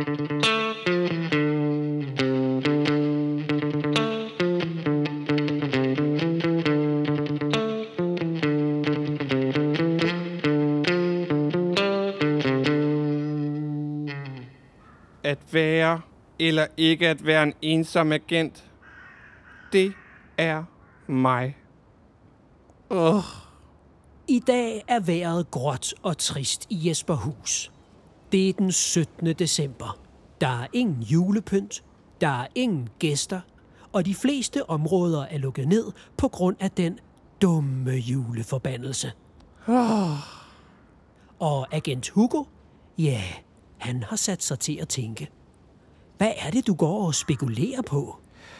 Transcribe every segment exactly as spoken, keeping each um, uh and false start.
At være eller ikke at være en ensom agent, det er mig. Åh. I dag er vejret gråt og trist i Jesperhus. Det er den syttende december. Der er ingen julepynt, der er ingen gæster, og de fleste områder er lukket ned på grund af den dumme juleforbandelse. Oh. Og agent Hugo, ja, han har sat sig til at tænke. Hvad er det, du går og spekulerer på?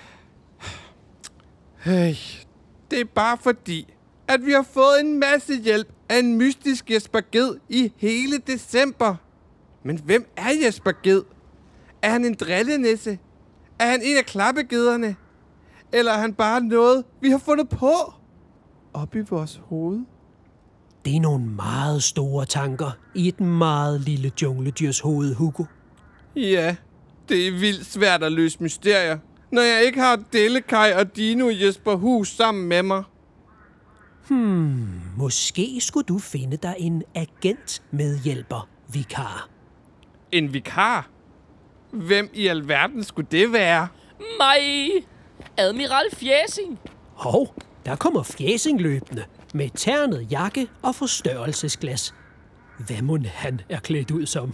Hey, det er bare fordi, at vi har fået en masse hjælp af en mystisk Jesper Ged i hele december. Men hvem er Jesper Ged? Er han en drillenisse? Er han en af klappegederne? Eller er han bare noget, vi har fundet på op i vores hoved? Det er nogle meget store tanker i et meget lille jungledyrs hoved, Hugo. Ja, det er vildt svært at løse mysterier, når jeg ikke har Dellekaj og Dino i Jesperhus sammen med mig. Hmm, måske skulle du finde dig en agent-medhjælper, vikar. En vikar? Hvem i alverden skulle det være? Mig! Admiral Fjæsing! Hov, der kommer Fjæsing løbende med ternet jakke og forstørrelsesglas. Hvad mon han er klædt ud som?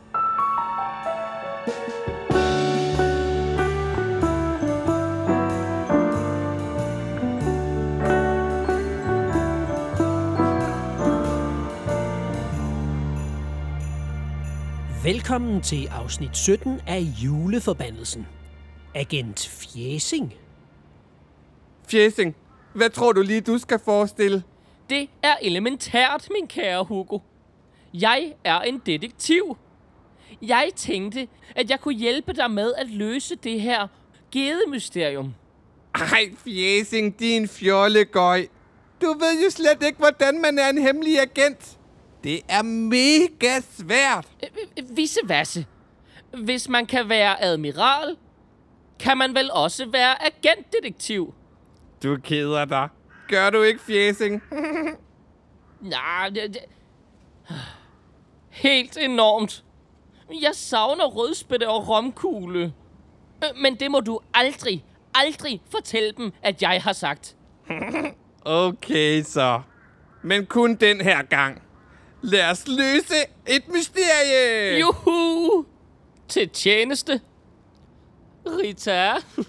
Velkommen til afsnit sytten af Juleforbandelsen. Agent Fjæsing. Fjæsing, hvad tror du lige, du skal forestille? Det er elementært, min kære Hugo. Jeg er en detektiv. Jeg tænkte, at jeg kunne hjælpe dig med at løse det her gedemysterium. Ej, Fjæsing, din fjollegøj. Du ved jo slet ikke, hvordan man er en hemmelig agent. Det er mega svært. Visse vasse. Hvis man kan være admiral, kan man vel også være agentdetektiv. Du keder dig. Gør du ikke, Fjæsing? Nej, det, det... Helt enormt. Jeg savner rødspætte og romkugle. Men det må du aldrig, aldrig fortælle dem, at jeg har sagt. Okay, så. Men kun den her gang. Lad os løse et mysterie! Juhu! Til tjeneste. Rita.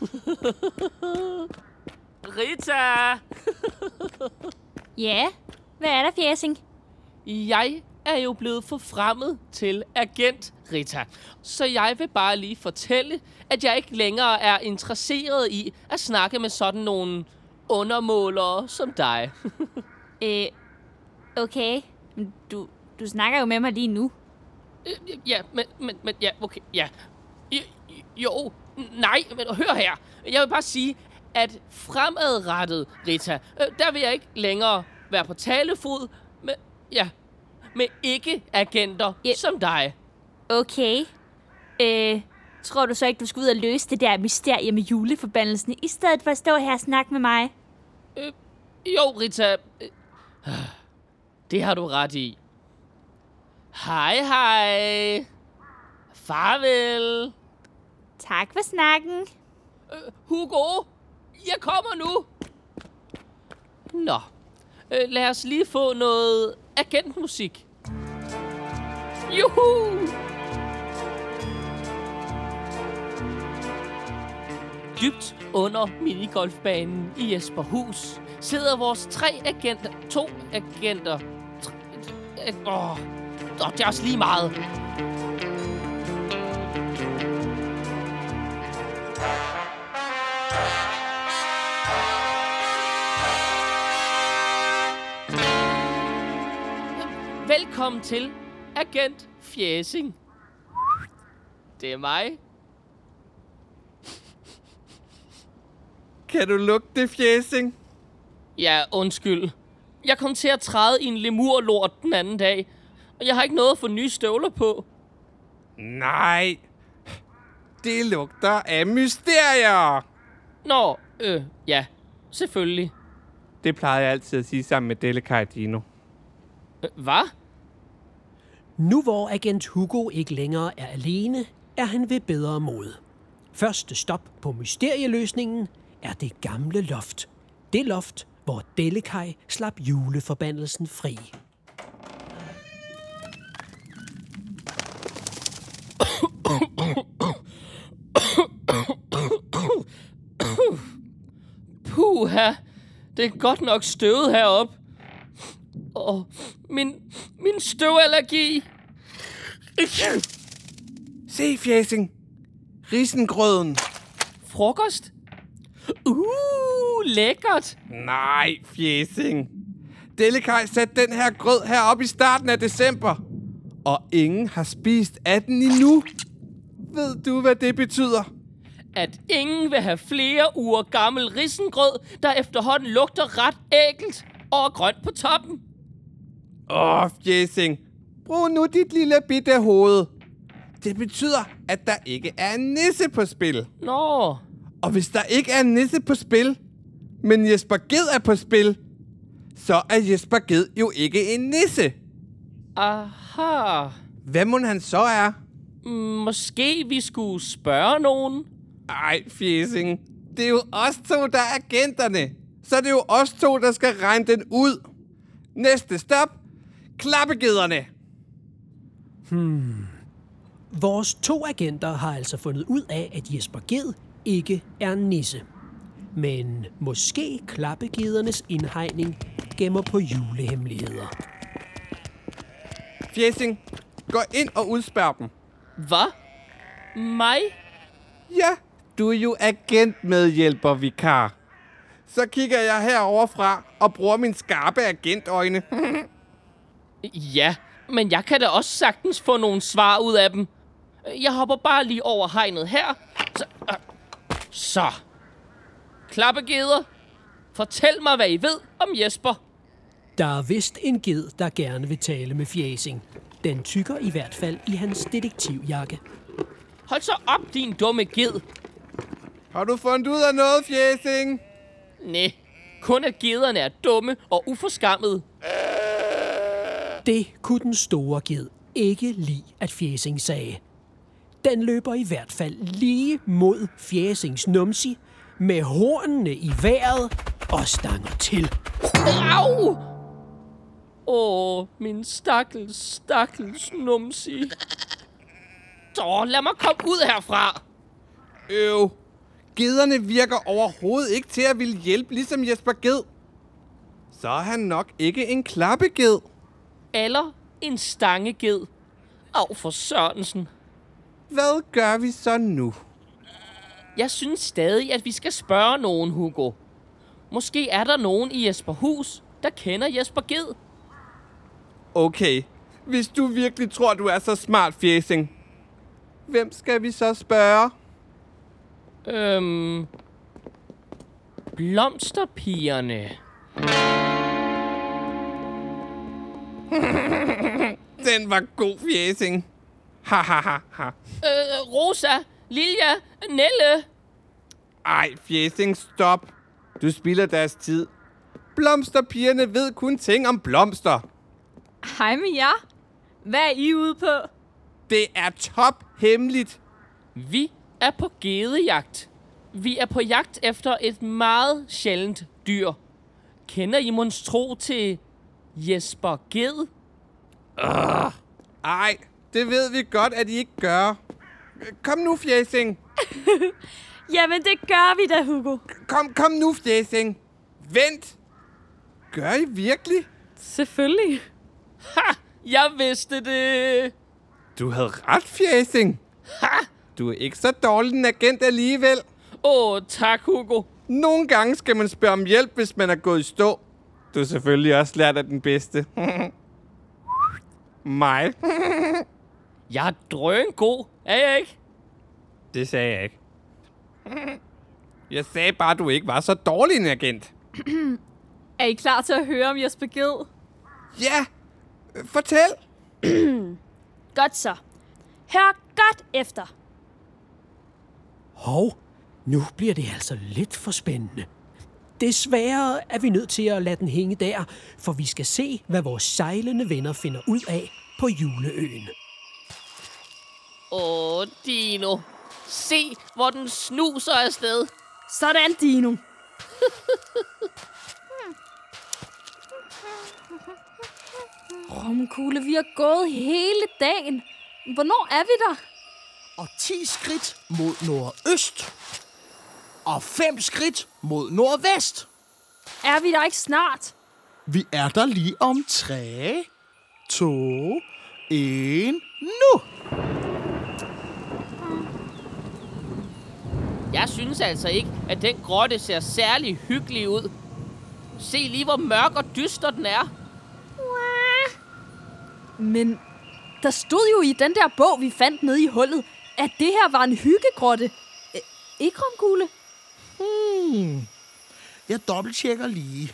Rita! Ja, hvad er der, Fjæsing? Jeg er jo blevet forfremmet til agent, Rita. Så jeg vil bare lige fortælle, at jeg ikke længere er interesseret i at snakke med sådan nogle undermålere som dig. øh, okay. Du, du snakker jo med mig lige nu. Øh, ja, men, men, men, ja, okay, ja. Jo, nej, men hør her. Jeg vil bare sige, at fremadrettet, Rita, øh, der vil jeg ikke længere være på talefod med, ja, med ikke-agenter ja. som dig. Okay. Øh, tror du så ikke, du skal ud og løse det der mysterie med juleforbandelsen, i stedet for at stå her og snakke med mig? Øh, jo, Rita. Øh, det har du ret i. Hej, hej. Farvel. Tak for snakken. Øh, Hugo, jeg kommer nu. Nå, øh, lad os lige få noget agentmusik. Juhu! Dybt under minigolfbanen i Jesperhus sidder vores tre agenter, to agenter. Tre, åh, åh, det er også lige meget. Velkommen til agent Fjæsing. Det er mig. Kan du lugte det, Fjæsing? Ja, undskyld. Jeg kom til at træde i en lemurlort den anden dag, og jeg har ikke noget at få nye støvler på. Nej, Det lugter af mysterier. Nå, øh, ja. Selvfølgelig. Det plejede jeg altid at sige sammen med Delicai og Dino. Øh, hvad? Nu hvor agent Hugo ikke længere er alene, er han ved bedre mod. Første stop på mysterieløsningen er det gamle loft. Det loft, hvor Delicai slap juleforbandelsen fri. Puha, det er godt nok støvet herop. Og min, min støvallergi. Se, Fjæsing. Risengrøden. Frokost? Uh, lækkert. Nej, Fjæsing. Delicai satte den her grød herop i starten af december. Og ingen har spist af den endnu. Ved du, hvad det betyder? At ingen vil have flere uger gammel risengrød, der efterhånden lugter ret ækelt og grønt på toppen. Åh, Fjæsing. Brug nu dit lille bitte hoved. Det betyder, at der ikke er en nisse på spil. Nå, Og hvis der ikke er en nisse på spil, men Jesper Ged er på spil, så er Jesper Ged jo ikke en nisse. aha. Hvad mon han så er? Måske vi skulle spørge nogen? Ej, Fjæsing. Det er jo os to, der er agenterne. Så er det jo os to, der skal regne den ud. Næste stop. Klappegederne. Vores to agenter har altså fundet ud af, at Jesper Ged ikke er en nisse. Men måske klappegedernes indhegning gemmer på julehemmeligheder. Fjæsing, gå ind og udspørg dem. Hvad? Mig? Ja, du er jo agentmedhjælper, vikar. Så kigger jeg herover fra og bruger min skarpe agentøjne. Ja, men jeg kan da også sagtens få nogle svar ud af dem. Jeg hopper bare lige over hegnet her. Så. Øh, så. Klappegeder. Fortæl mig, hvad I ved om Jesper. Der er vist en ged, der gerne vil tale med Fjæsing. Den tykker i hvert fald i hans detektivjakke. Hold så op, din dumme ged. Har du fundet ud af noget, Fjæsing? Næh, kun at gederne er dumme og uforskammede. Det kunne den store ged ikke lide, at Fjæsing sagde. Den løber i hvert fald lige mod Fjæsings numsi, med hornene i vejret og stanger til. Au! Åh, min stakkels, stakkels numsi. Så lad mig komme ud herfra. Øv. Gederne virker overhovedet ikke til at ville hjælpe, ligesom Jesper Ged. Så er han nok ikke en klappeged. Eller en stangeged. Au for Sørensen. Hvad gør vi så nu? Jeg synes stadig, at vi skal spørge nogen, Hugo. Måske er der nogen i Jesperhus, der kender Jesper Ged. Okay, hvis du virkelig tror, du er så smart, Fjæsing. Hvem skal vi så spørge? Øhm... Blomsterpigerne. Den var god, Fjæsing. Ha, ha, ha, ha. Øh, Rosa, Lilja, Nelle. Ej, Fjæsing, stop. Du spilder deres tid. Blomsterpigerne ved kun ting om blomster. Hej med jer. Hvad er I ude på? Det er top hemmeligt. Vi er på gedejagt. Vi er på jagt efter et meget sjældent dyr. Kender I monstro til Jesper Ged? Uh, ej, det ved vi godt, at I ikke gør. Kom nu, Fjæsing. Jamen, det gør vi da, Hugo. Kom, kom nu, Fjæsing. Vent. Gør I virkelig? Selvfølgelig. Ha! Jeg vidste det! Du havde ret, Fjæsing. Ha! Du er ikke så dårlig en agent alligevel. Åh, oh, tak, Hugo. Nogle gange skal man spørge om hjælp, hvis man er gået i stå. Du har selvfølgelig også lært af den bedste. Mig. Jeg er drøn god, er jeg ikke? Det sagde jeg ikke. Jeg sagde bare, at du ikke var så dårlig en agent. Er I klar til at høre om Jesper Ged? Ja, fortæl. Godt så. Hør godt efter. Hov, nu bliver det altså lidt for spændende. Desværre er vi nødt til at lade den hænge der, for vi skal se, hvad vores sejlende venner finder ud af på Juleøen. Åh, Dino. Se, hvor den snuser afsted. Sådan, Dino. Romkugle, vi har gået hele dagen. Hvornår er vi der? Og ti skridt mod nordøst. Og fem skridt mod nordvest. Er vi der ikke snart? Vi er der lige om tre, to, en, nu! Jeg synes altså ikke, at den grotte ser særlig hyggelig ud. Se lige, hvor mørk og dyster den er. Men der stod jo i den der bog, vi fandt nede i hullet, at det her var en hyggegrotte. Æ, ikke, Romkugle? Hmm. Jeg dobbelttjekker lige.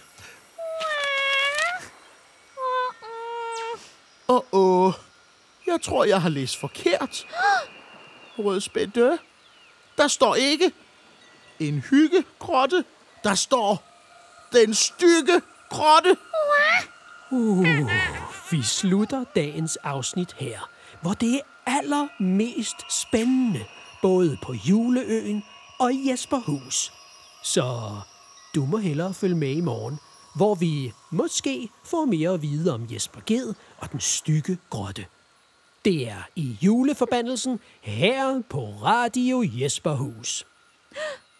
Åh, oh, oh. Jeg tror, jeg har læst forkert. Rødspætte. Der står ikke en hyggegrotte. Der står den stygge grotte. Uh, vi slutter dagens afsnit her, hvor det er allermest spændende, både på Juleøen og i Jesperhus. Så du må hellere følge med i morgen, hvor vi måske får mere at vide om Jesper Ged og den stygge grotte. Det er i Juleforbandelsen her på Radio Jesperhus.